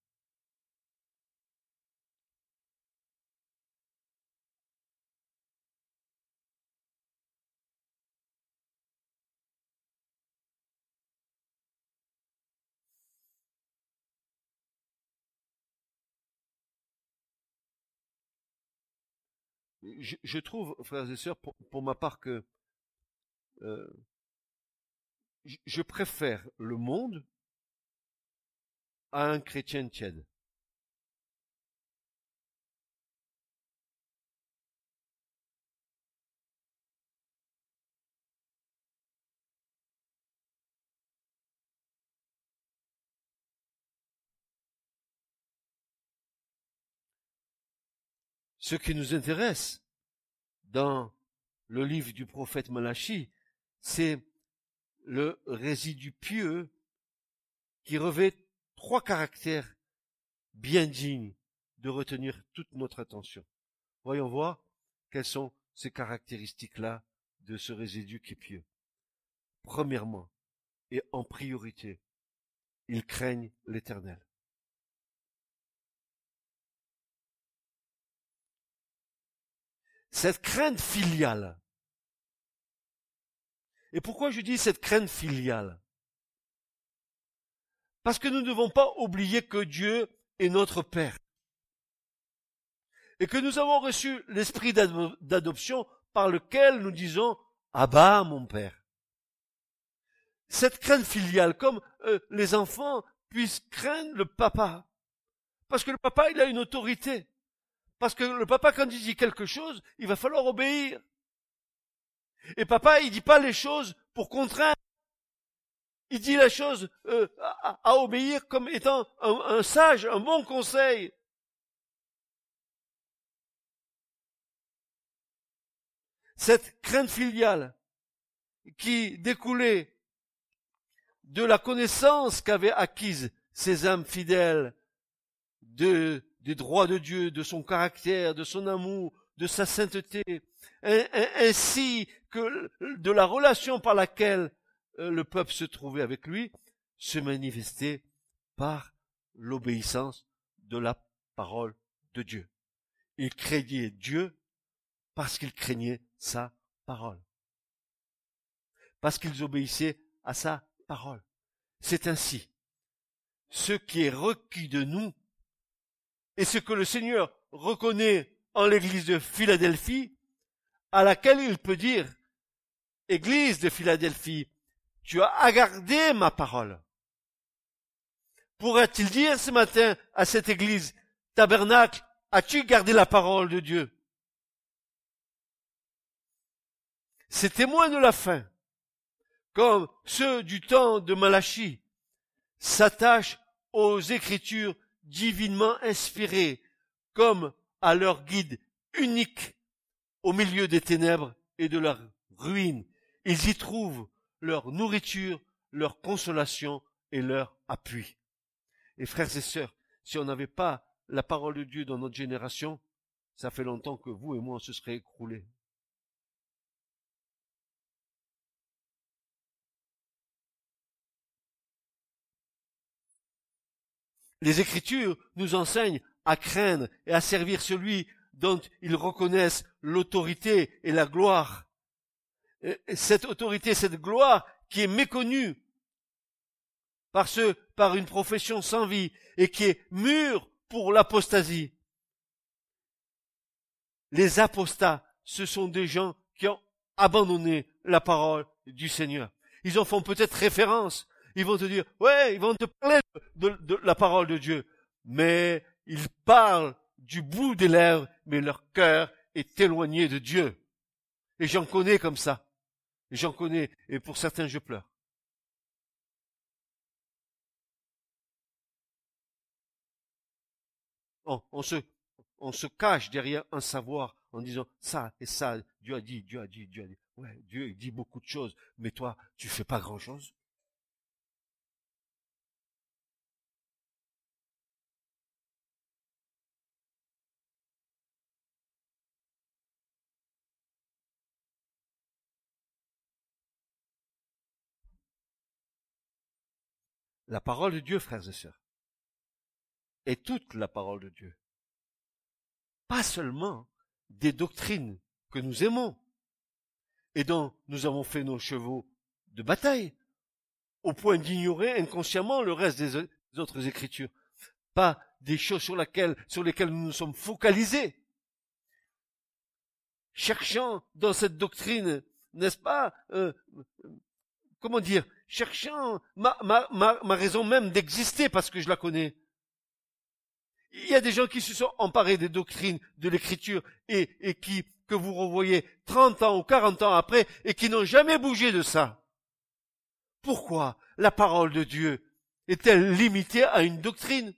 Speaker 2: Je trouve, frères et sœurs, pour ma part, que je préfère le monde à un chrétien tiède. Ce qui nous intéresse dans le livre du prophète Malachi, c'est le résidu pieux qui revêt 3 caractères bien dignes de retenir toute notre attention. Voyons voir quelles sont ces caractéristiques-là de ce résidu qui est pieux. Premièrement, et en priorité, ils craignent l'Éternel. Cette crainte filiale. Et pourquoi je dis cette crainte filiale? Parce que nous ne devons pas oublier que Dieu est notre Père. Et que nous avons reçu l'esprit d'adoption par lequel nous disons « Abba, mon Père ». Cette crainte filiale, comme les enfants puissent craindre le papa. Parce que le papa, il a une autorité. Parce que le papa, quand il dit quelque chose, il va falloir obéir. Et papa, il dit pas les choses pour contraindre. Il dit la chose à obéir comme étant un sage, un bon conseil. Cette crainte filiale qui découlait de la connaissance qu'avaient acquise ces âmes fidèles des droits de Dieu, de son caractère, de son amour, de sa sainteté, ainsi que de la relation par laquelle le peuple se trouvait avec lui, se manifestait par l'obéissance de la parole de Dieu. Il craignait Dieu parce qu'il craignait sa parole. Parce qu'ils obéissaient à sa parole. C'est ainsi. Ce qui est requis de nous, et ce que le Seigneur reconnaît en l'église de Philadelphie, à laquelle il peut dire, Église de Philadelphie, tu as gardé ma parole. Pourrait-il dire ce matin à cette église, Tabernacle, as-tu gardé la parole de Dieu? Ces témoins de la fin, comme ceux du temps de Malachi, s'attachent aux Écritures divinement inspirées, comme à leur guide unique au milieu des ténèbres et de leur ruine. Ils y trouvent leur nourriture, leur consolation et leur appui. Et frères et sœurs, si on n'avait pas la parole de Dieu dans notre génération, ça fait longtemps que vous et moi on se serait écroulés. Les Écritures nous enseignent à craindre et à servir celui dont ils reconnaissent l'autorité et la gloire. Et cette autorité, cette gloire qui est méconnue par une profession sans vie et qui est mûre pour l'apostasie. Les apostats, ce sont des gens qui ont abandonné la parole du Seigneur. Ils en font peut-être référence. Ils vont te dire, ouais, ils vont te parler de la parole de Dieu. Mais ils parlent du bout des lèvres, mais leur cœur est éloigné de Dieu. Et j'en connais comme ça. Et j'en connais, et pour certains, je pleure. On se cache derrière un savoir en disant ça et ça, Dieu a dit, Dieu a dit, Dieu a dit. Ouais, Dieu il dit beaucoup de choses, mais toi, tu fais pas grand chose. La parole de Dieu, frères et sœurs, est toute la parole de Dieu. Pas seulement des doctrines que nous aimons et dont nous avons fait nos chevaux de bataille, au point d'ignorer inconsciemment le reste des autres écritures. Pas des choses sur lesquelles nous nous sommes focalisés, cherchant dans cette doctrine, n'est-ce pas, comment dire, cherchant ma raison même d'exister parce que je la connais. Il y a des gens qui se sont emparés des doctrines de l'écriture et que vous revoyez 30 ans ou 40 ans après et qui n'ont jamais bougé de ça. Pourquoi la parole de Dieu est-elle limitée à une doctrine?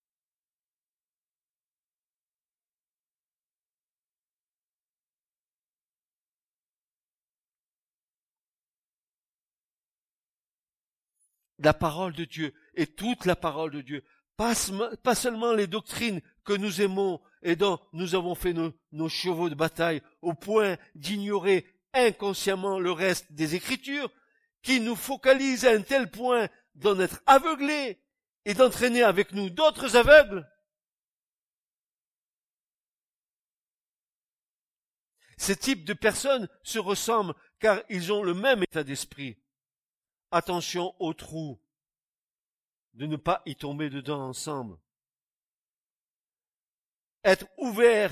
Speaker 2: La parole de Dieu est toute la parole de Dieu. Pas seulement les doctrines que nous aimons et dont nous avons fait nos chevaux de bataille au point d'ignorer inconsciemment le reste des Écritures, qui nous focalisent à un tel point d'en être aveuglés et d'entraîner avec nous d'autres aveugles. Ces types de personnes se ressemblent car ils ont le même état d'esprit. Attention au trou, de ne pas y tomber dedans ensemble. Être ouvert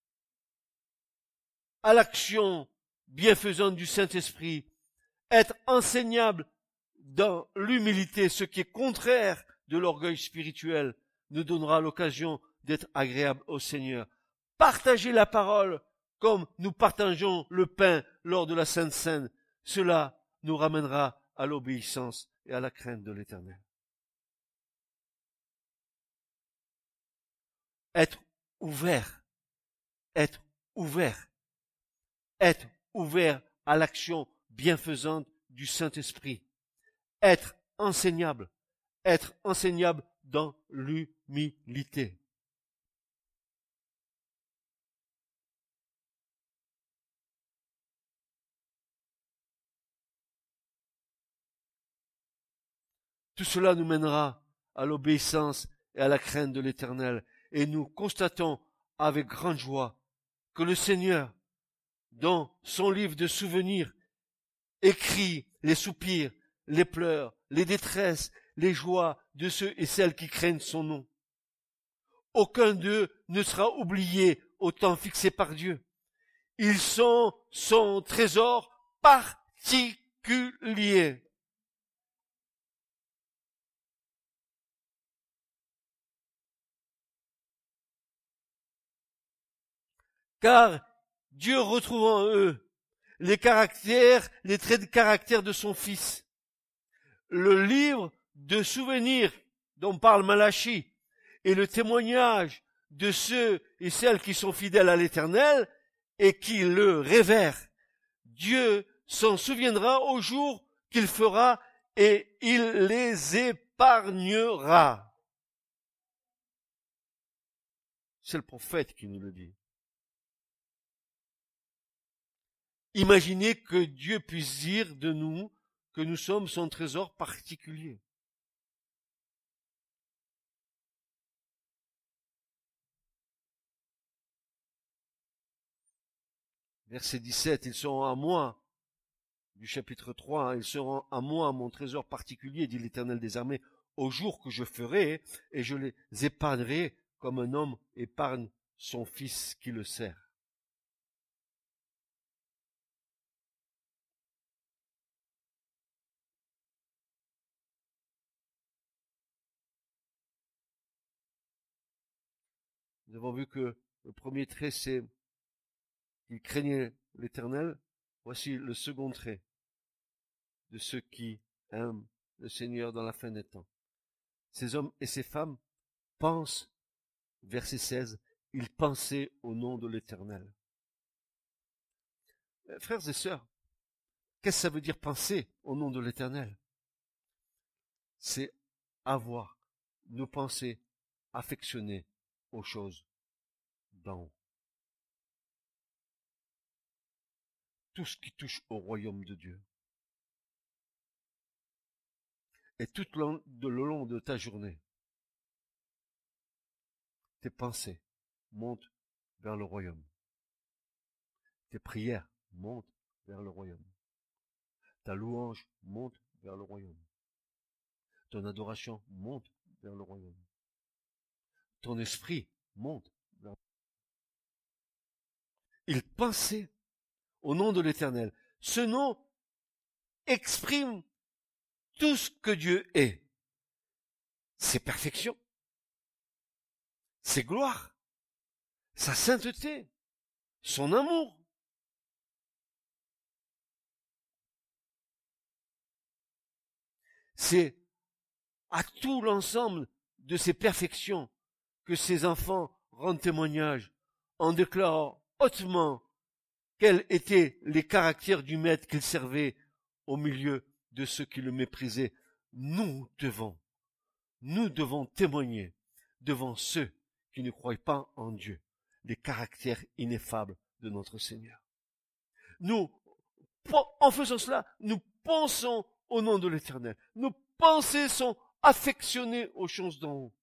Speaker 2: à l'action bienfaisante du Saint-Esprit, être enseignable dans l'humilité, ce qui est contraire de l'orgueil spirituel, nous donnera l'occasion d'être agréable au Seigneur. Partager la parole comme nous partageons le pain lors de la Sainte Seine, cela nous ramènera à l'obéissance et à la crainte de l'Éternel. Être ouvert, être ouvert, être ouvert à l'action bienfaisante du Saint-Esprit, être enseignable dans l'humilité. Tout cela nous mènera à l'obéissance et à la crainte de l'Éternel. Et nous constatons avec grande joie que le Seigneur, dans son livre de souvenirs, écrit les soupirs, les pleurs, les détresses, les joies de ceux et celles qui craignent son nom. Aucun d'eux ne sera oublié au temps fixé par Dieu. Ils sont son trésor particulier. Car Dieu retrouve en eux les traits de caractère de son Fils. Le livre de souvenirs dont parle Malachie et le témoignage de ceux et celles qui sont fidèles à l'Éternel et qui le révèrent. Dieu s'en souviendra au jour qu'il fera et il les épargnera. C'est le prophète qui nous le dit. Imaginez que Dieu puisse dire de nous que nous sommes son trésor particulier. Verset 17, ils seront à moi, du chapitre 3, ils seront à moi mon trésor particulier, dit l'Éternel des armées, au jour que je ferai, et je les épargnerai comme un homme épargne son fils qui le sert. Nous avons vu que le premier trait, c'est qu'ils craignaient l'Éternel. Voici le second trait de ceux qui aiment le Seigneur dans la fin des temps. Ces hommes et ces femmes pensent, verset 16, ils pensaient au nom de l'Éternel. Frères et sœurs, qu'est-ce que ça veut dire penser au nom de l'Éternel? C'est avoir nos pensées affectionnées aux choses d'en haut. Tout ce qui touche au royaume de Dieu. Et tout le long de ta journée, tes pensées montent vers le royaume. Tes prières montent vers le royaume. Ta louange monte vers le royaume. Ton adoration monte vers le royaume. Ton esprit monte vers le royaume. Il pensait au nom de l'Éternel. Ce nom exprime tout ce que Dieu est. Ses perfections, ses gloires, sa sainteté, son amour. C'est à tout l'ensemble de ces perfections que ces enfants rendent témoignage en déclarant hautement quels étaient les caractères du maître qu'ils servaient au milieu de ceux qui le méprisaient. Nous devons témoigner devant ceux qui ne croient pas en Dieu les caractères ineffables de notre Seigneur. Nous, en faisant cela, nous pensons au nom de l'Éternel. Nos pensées sont affectionnées aux choses d'en haut.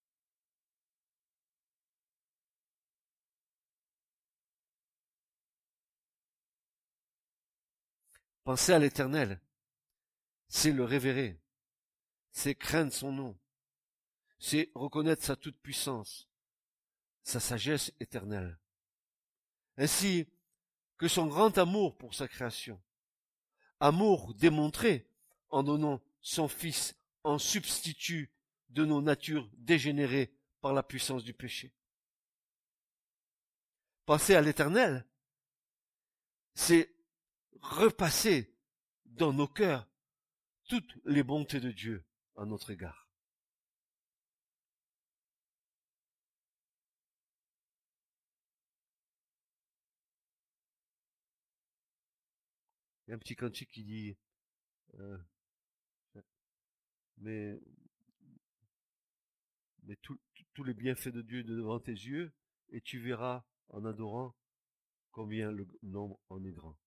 Speaker 2: Penser à l'Éternel, c'est le révérer, c'est craindre son nom, c'est reconnaître sa toute-puissance, sa sagesse éternelle, ainsi que son grand amour pour sa création, amour démontré en donnant son Fils en substitut de nos natures dégénérées par la puissance du péché. Penser à l'Éternel, c'est repasser dans nos cœurs toutes les bontés de Dieu à notre égard. Il y a un petit cantique qui dit mais tous les bienfaits de Dieu devant tes yeux, et tu verras en adorant combien le nombre en est grand.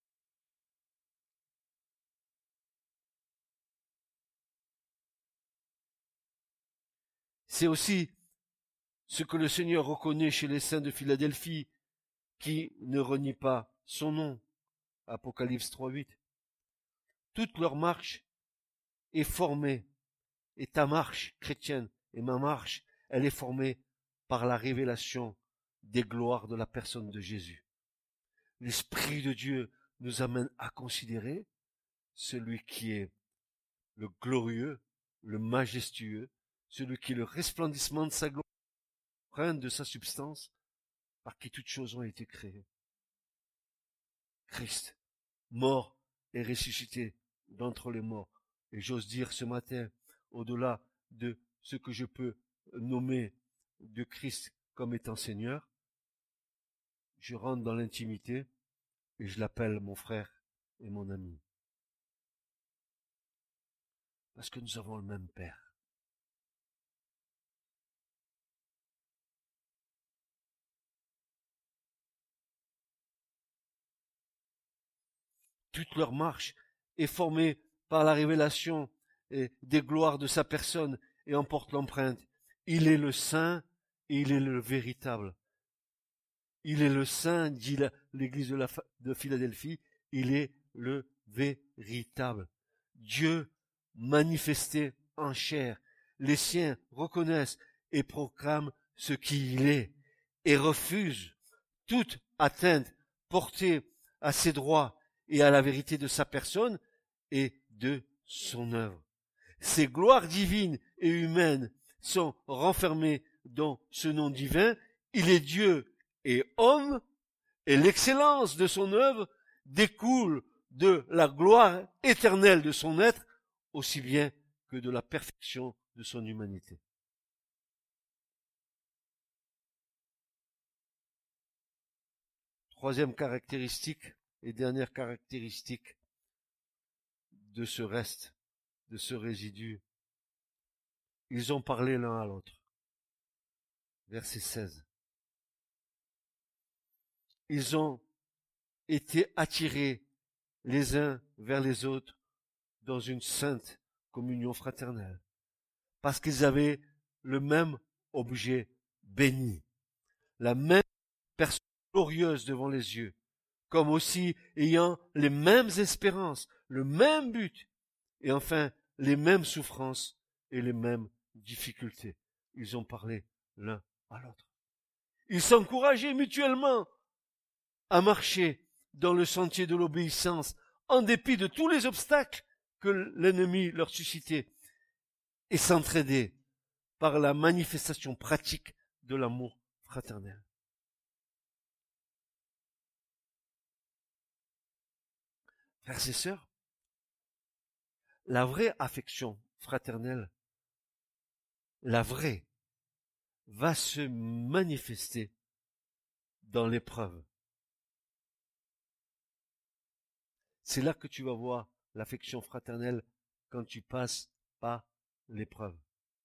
Speaker 2: C'est aussi ce que le Seigneur reconnaît chez les saints de Philadelphie, qui ne renient pas son nom. Apocalypse 3.8. Toute leur marche est formée, et ta marche chrétienne, et ma marche, elle est formée par la révélation des gloires de la personne de Jésus. L'Esprit de Dieu nous amène à considérer celui qui est le glorieux, le majestueux, celui qui est le resplendissement de sa gloire, de sa substance, par qui toutes choses ont été créées. Christ, mort et ressuscité d'entre les morts. Et j'ose dire ce matin, au-delà de ce que je peux nommer de Christ comme étant Seigneur, je rentre dans l'intimité et je l'appelle mon frère et mon ami. Parce que nous avons le même Père. Toute leur marche est formée par la révélation des gloires de sa personne et en porte l'empreinte. Il est le saint et il est le véritable. Il est le saint, dit l'église de Philadelphie, il est le véritable. Dieu manifesté en chair. Les siens reconnaissent et proclament ce qu'il est et refusent toute atteinte portée à ses droits et à la vérité de sa personne et de son œuvre. Ces gloires divines et humaines sont renfermées dans ce nom divin Il est Dieu et homme, et l'excellence de son œuvre découle de la gloire éternelle de son être, aussi bien que de la perfection de son humanité. Troisième caractéristique et dernière caractéristique de ce reste, de ce résidu. Ils ont parlé l'un à l'autre. Verset 16. Ils ont été attirés les uns vers les autres dans une sainte communion fraternelle, parce qu'ils avaient le même objet béni, la même personne glorieuse devant les yeux, comme aussi ayant les mêmes espérances, le même but, et enfin les mêmes souffrances et les mêmes difficultés. Ils ont parlé l'un à l'autre. Ils s'encourageaient mutuellement à marcher dans le sentier de l'obéissance, en dépit de tous les obstacles que l'ennemi leur suscitait, et s'entraider par la manifestation pratique de l'amour fraternel. Frères et sœurs, la vraie affection fraternelle, la vraie, va se manifester dans l'épreuve. C'est là que tu vas voir l'affection fraternelle quand tu passes par l'épreuve.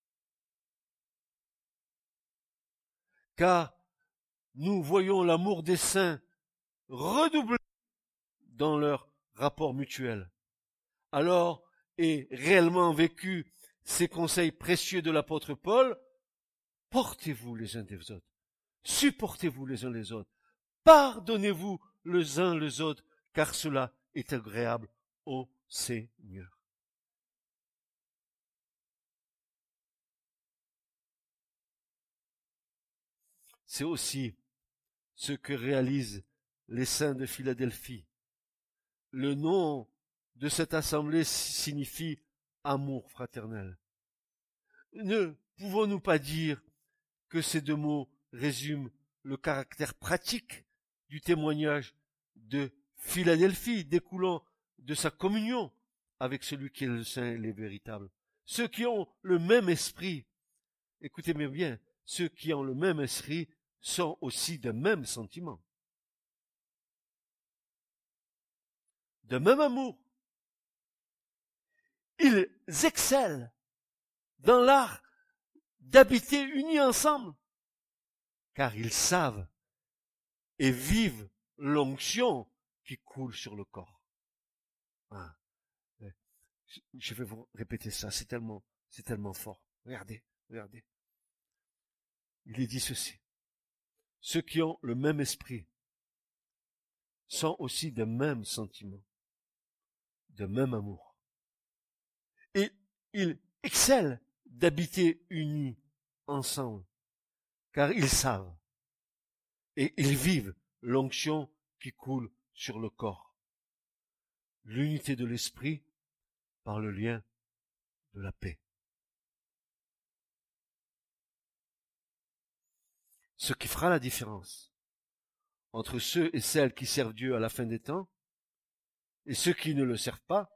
Speaker 2: Car nous voyons l'amour des saints redoubler dans leur rapport mutuel. Alors est réellement vécu ces conseils précieux de l'apôtre Paul. Portez-vous les uns des autres. Supportez-vous les uns les autres. Pardonnez-vous les uns les autres, car cela est agréable au Seigneur. C'est aussi ce que réalisent les saints de Philadelphie. Le nom de cette assemblée signifie amour fraternel. Ne pouvons-nous pas dire que ces deux mots résument le caractère pratique du témoignage de Philadelphie découlant de sa communion avec celui qui est le saint et le véritable. Ceux qui ont le même esprit, écoutez-moi bien, ceux qui ont le même esprit sont aussi de même sentiment, de même amour. Ils excellent dans l'art d'habiter unis ensemble, car ils savent et vivent l'onction qui coule sur le corps. Ah, je vais vous répéter ça, c'est tellement fort. Regardez. Il est dit ceci. Ceux qui ont le même esprit sont aussi de même sentiments, de même amour. Et ils excellent d'habiter unis ensemble, car ils savent et ils vivent l'onction qui coule sur le corps. L'unité de l'esprit par le lien de la paix. Ce qui fera la différence entre ceux et celles qui servent Dieu à la fin des temps et ceux qui ne le servent pas,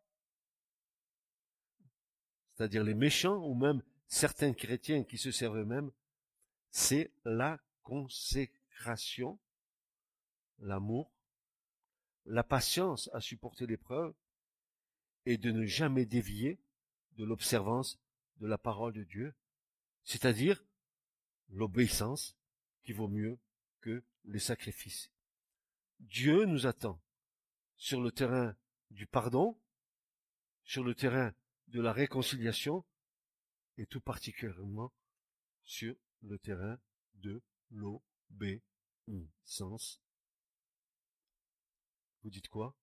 Speaker 2: c'est-à-dire les méchants ou même certains chrétiens qui se servent eux-mêmes, c'est la consécration, l'amour, la patience à supporter l'épreuve et de ne jamais dévier de l'observance de la parole de Dieu, c'est-à-dire l'obéissance qui vaut mieux que les sacrifices. Dieu nous attend sur le terrain du pardon, sur le terrain de la réconciliation et tout particulièrement sur le terrain de l'obéissance. Vous dites quoi?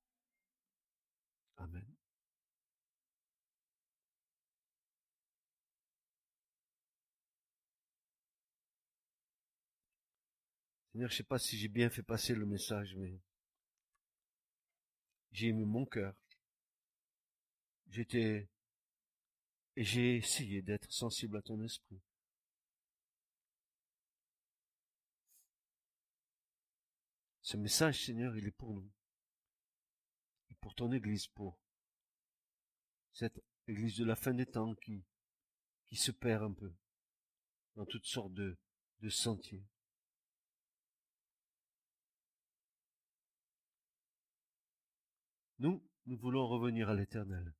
Speaker 2: Amen. Seigneur, je ne sais pas si j'ai bien fait passer le message, mais j'ai aimé mon cœur. Et j'ai essayé d'être sensible à ton esprit. Ce message, Seigneur, il est pour nous. Et pour ton Église, pour cette Église de la fin des temps qui se perd un peu dans toutes sortes de sentiers. Nous voulons revenir à l'Éternel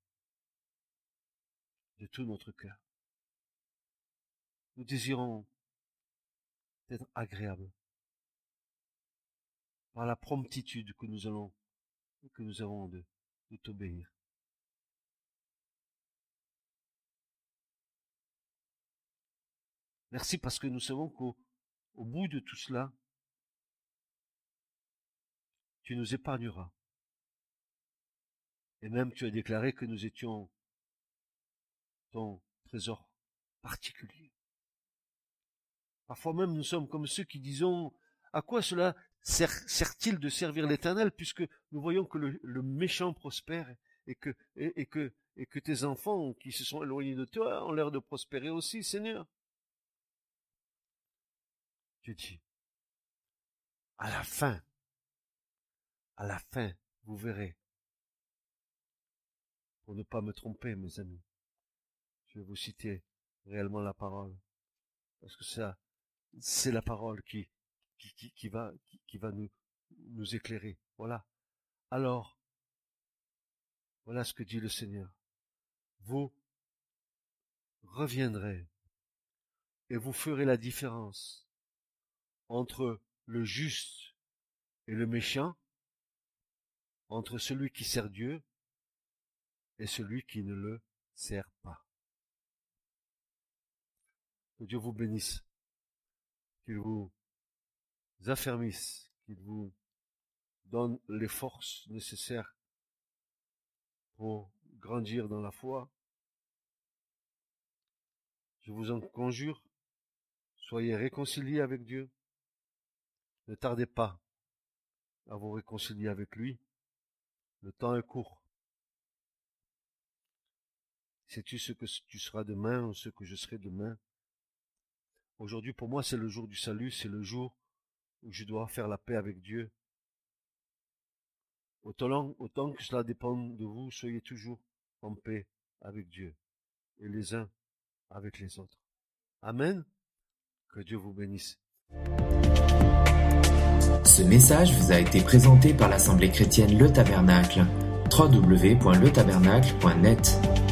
Speaker 2: de tout notre cœur. Nous désirons être agréables par la promptitude que nous avons de t'obéir. Merci parce que nous savons qu'au bout de tout cela, tu nous épargneras. Et même tu as déclaré que nous étions ton trésor particulier. Parfois même nous sommes comme ceux qui disons, à quoi cela sert-il de servir l'Éternel puisque nous voyons que le méchant prospère et que tes enfants qui se sont éloignés de toi ont l'air de prospérer aussi, Seigneur. Tu dis, à la fin, vous verrez. Pour ne pas me tromper, mes amis, je vais vous citer réellement la parole, parce que ça, c'est la parole qui va nous éclairer. Voilà. Alors, voilà ce que dit le Seigneur. Vous reviendrez et vous ferez la différence entre le juste et le méchant, entre celui qui sert Dieu et celui qui ne le sert pas. Que Dieu vous bénisse, qu'il vous affermisse, qu'il vous donne les forces nécessaires pour grandir dans la foi. Je vous en conjure, soyez réconciliés avec Dieu. Ne tardez pas à vous réconcilier avec lui. Le temps est court. Sais-tu ce que tu seras demain ou ce que je serai demain? Aujourd'hui, pour moi, c'est le jour du salut, c'est le jour où je dois faire la paix avec Dieu. Autant que cela dépend de vous, soyez toujours en paix avec Dieu et les uns avec les autres. Amen. Que Dieu vous bénisse.
Speaker 1: Ce message vous a été présenté par l'Assemblée chrétienne Le Tabernacle. www.letabernacle.net